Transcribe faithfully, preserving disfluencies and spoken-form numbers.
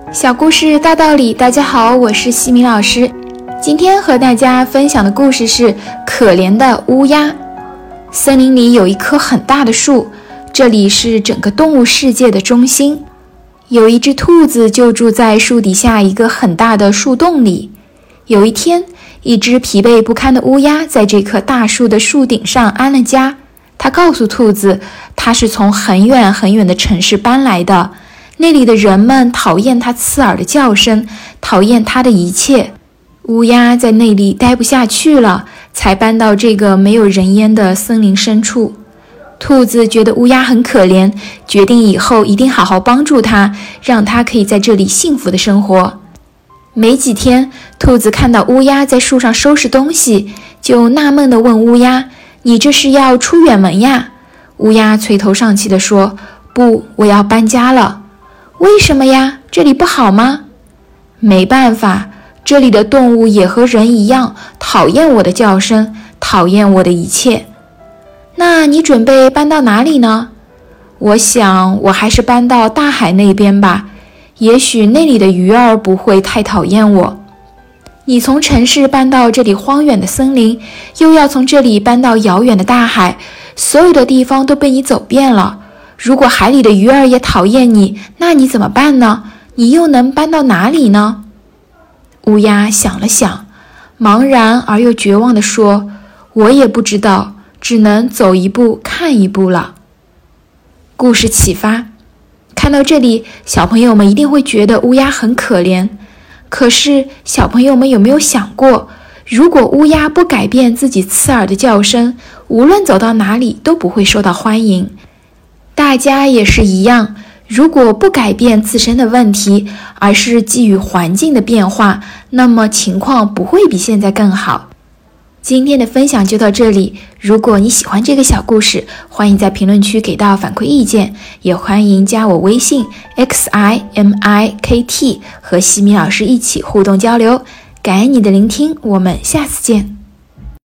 小故事大道理，大家好，我是西米老师。今天和大家分享的故事是可怜的乌鸦。森林里有一棵很大的树，这里是整个动物世界的中心。有一只兔子就住在树底下一个很大的树洞里。有一天，一只疲惫不堪的乌鸦在这棵大树的树顶上安了家。它告诉兔子，它是从很远很远的城市搬来的，那里的人们讨厌它刺耳的叫声，讨厌它的一切。乌鸦在那里待不下去了，才搬到这个没有人烟的森林深处。兔子觉得乌鸦很可怜，决定以后一定好好帮助它，让它可以在这里幸福的生活。没几天，兔子看到乌鸦在树上收拾东西，就纳闷地问乌鸦：“你这是要出远门呀？”乌鸦垂头丧气地说：“不，我要搬家了。”“为什么呀？这里不好吗？”“没办法，这里的动物也和人一样，讨厌我的叫声，讨厌我的一切。”“那你准备搬到哪里呢？”“我想我还是搬到大海那边吧，也许那里的鱼儿不会太讨厌我。”“你从城市搬到这里荒远的森林，又要从这里搬到遥远的大海，所有的地方都被你走遍了。如果海里的鱼儿也讨厌你，那你怎么办呢？你又能搬到哪里呢？”乌鸦想了想，茫然而又绝望地说：“我也不知道，只能走一步看一步了。”故事启发，看到这里，小朋友们一定会觉得乌鸦很可怜。可是小朋友们有没有想过，如果乌鸦不改变自己刺耳的叫声，无论走到哪里都不会受到欢迎。大家也是一样，如果不改变自身的问题，而是基于环境的变化，那么情况不会比现在更好。今天的分享就到这里，如果你喜欢这个小故事，欢迎在评论区给到反馈意见，也欢迎加我微信 X I M I K T 和西米老师一起互动交流。感恩你的聆听，我们下次见。